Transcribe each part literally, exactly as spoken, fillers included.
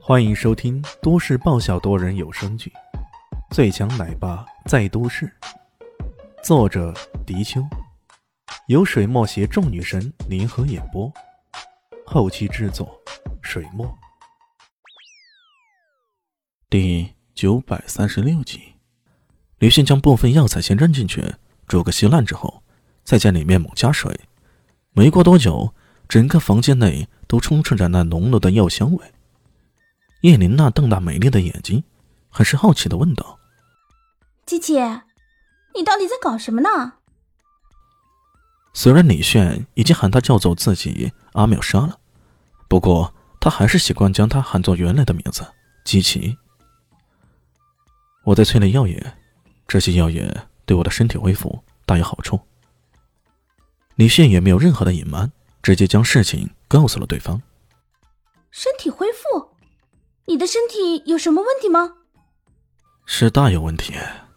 欢迎收听都市爆笑多人有声剧《最强奶爸在都市》，作者：迪秋，由水墨携众女神联合演播，后期制作：水墨。第九百三十六集，李迅将部分药材先扔进去，煮个稀烂之后，再在里面猛加水。没过多久，整个房间内都充斥着那浓浓的药香味。叶琳娜瞪大美丽的眼睛，很是好奇地问道： 琪琪，你到底在搞什么呢？ 虽然李炫已经喊她叫做自己阿妙莎了，不过她还是习惯将她喊作原来的名字基奇。我在催泪药液，这些药液对我的身体恢复大有好处。李炫也没有任何的隐瞒，直接将事情告诉了对方。 身体恢复？你的身体有什么问题吗？ 是大有问题，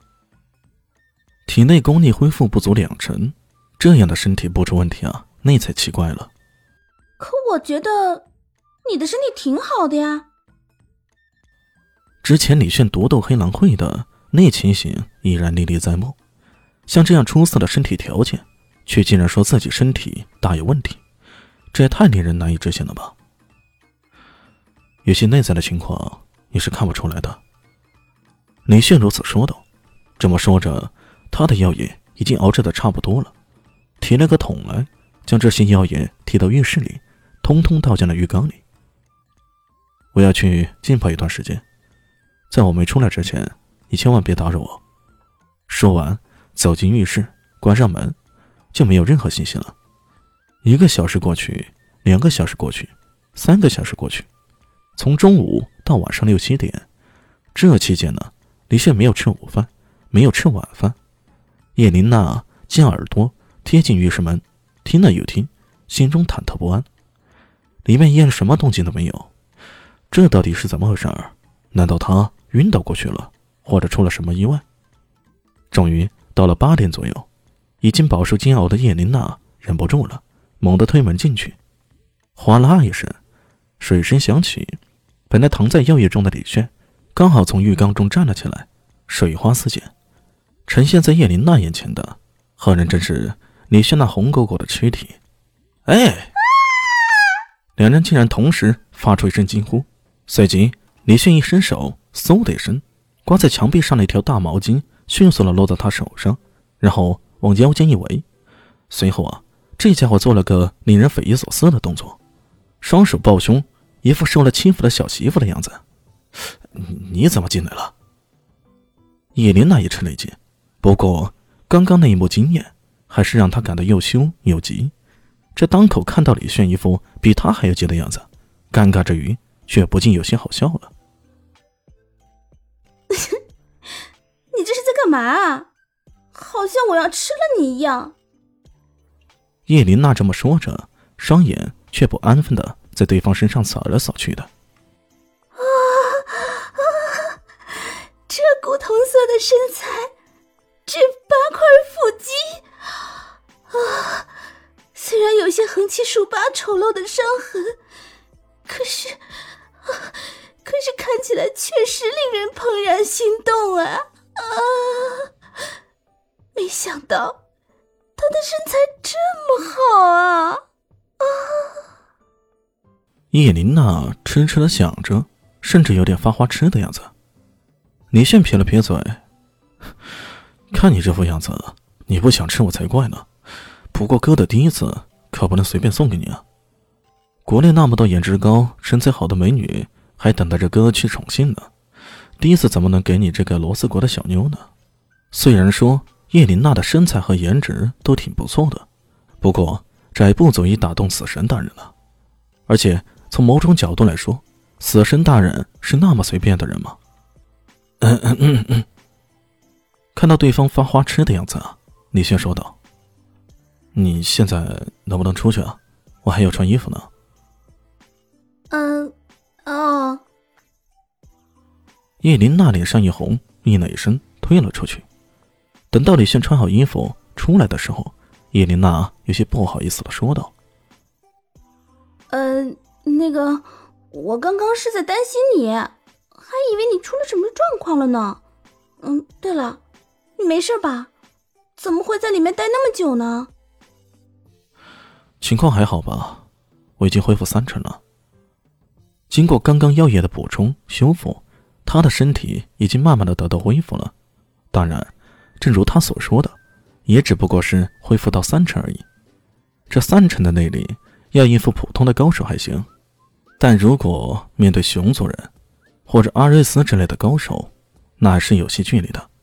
体内功力恢复不足两成，这样的身体不出问题啊，那才奇怪了。 可我觉得你的身体挺好的呀。 之前李炫独斗黑狼会的那情形依然历历在目，像这样出色的身体条件，却竟然说自己身体大有问题，这也太令人难以置信了吧。有些内在的情况你是看不出来的。李炫如此说道。这么说着，他的药液已经熬制的差不多了，提了个桶来，将这些药液提到浴室里，通通倒进了浴缸里。我要去浸泡一段时间，在我没出来之前，你千万别打扰我。说完，走进浴室，关上门，就没有任何信息了。一个小时过去，两个小时过去，三个小时过去，从中午到晚上六七点，这期间呢，李炫没有吃午饭，没有吃晚饭。叶琳娜将耳朵贴近浴室门，听了又听，心中忐忑不安。里面依然什么动静都没有，这到底是怎么回事儿？难道他晕倒过去了，或者出了什么意外？终于到了八点左右，已经饱受煎熬的叶琳娜忍不住了，猛地推门进去。哗啦一声，水声响起，本来躺在药液中的李炫刚好从浴缸中站了起来，水花四溅。呈现在叶琳娜眼前的赫然正是李炫那红狗狗的躯体。哎！两人竟然同时发出一声惊呼，随即李炫一伸手，嗖的一声，挂在墙壁上的一条大毛巾迅速地落到他手上，然后往腰间一围。随后啊，这家伙做了个令人匪夷所思的动作，双手抱胸，一副受了欺负的小媳妇的样子。你怎么进来了？叶琳娜也吃了一惊，不过刚刚那一幕经验还是让她感到又羞又急。这当口看到李炫一副比她还要急的样子，尴尬之余却不禁有些好笑了。 你这是在干嘛啊？好像我要吃了你一样。 叶琳娜这么说着，双眼却不安分地在对方身上扫来扫去的。 啊啊！这古铜色的身材，这八块腹肌啊！虽然有些横七竖八丑陋的伤痕，可是啊，可是看起来确实令人怦然心动啊！啊！没想到他的身材这么好啊！啊！ 叶琳娜痴痴地想着，甚至有点发花痴的样子。李炫撇了撇嘴，看你这副样子，你不想吃我才怪呢。不过哥的第一次可不能随便送给你啊！国内那么多颜值高身材好的美女还等待着哥去宠幸呢，第一次怎么能给你这个罗斯国的小妞呢？虽然说叶琳娜的身材和颜值都挺不错的，不过这还不足以打动死神大人了。而且从某种角度来说，死神大人是那么随便的人吗？嗯嗯嗯嗯。看到对方发花痴的样子啊，李炫说道：你现在能不能出去啊？我还要穿衣服呢。 嗯，哦。 叶琳娜脸上一红，应了一声，退了出去。等到李炫穿好衣服出来的时候，叶琳娜有些不好意思地说道： 呃，那个， 我刚刚是在担心你，还以为你出了什么状况了呢。嗯，对了，你没事吧？怎么会在里面待那么久呢？ 情况还好吧，我已经恢复三成了。经过刚刚药液的补充修复，他的身体已经慢慢的得到恢复了。当然，正如他所说的，也只不过是恢复到三成而已。这三成的内力要应付普通的高手还行，但如果面对熊族人或者阿瑞斯之类的高手，那还是有些距离的。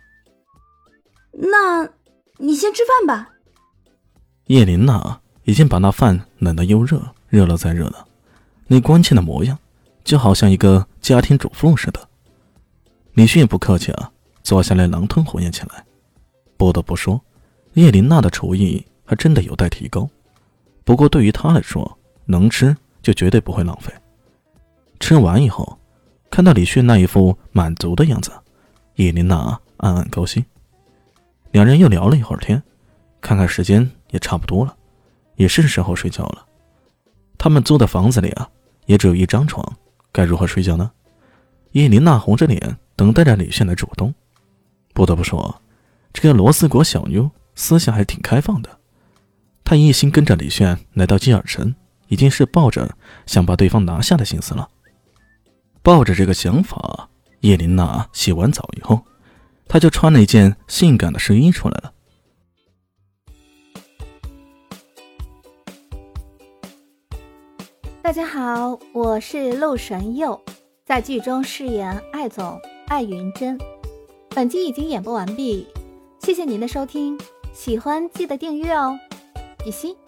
那你先吃饭吧。 叶琳娜已经把那饭冷得又热，热了再热了，那关切的模样就好像一个家庭主妇似的。李迅也不客气啊，坐下来狼吞虎咽起来。不得不说，叶琳娜的厨艺还真的有待提高，不过对于她来说，能吃就绝对不会浪费。吃完以后，看到李迅那一副满足的样子，叶琳娜暗暗高兴。两人又聊了一会儿天，看看时间也差不多了，也是时候睡觉了。他们租的房子里啊，也只有一张床，该如何睡觉呢？叶琳娜红着脸等待着李炫的主动。不得不说，这个罗斯国小妞思想还挺开放的。她一心跟着李炫来到基尔城，已经是抱着想把对方拿下的心思了。抱着这个想法，叶琳娜洗完澡以后，她就穿了一件性感的睡衣出来了。 大家好，我是陆神佑，在剧中饰演艾总艾云珍。本集已经演播完毕，谢谢您的收听，喜欢记得订阅哦，比心。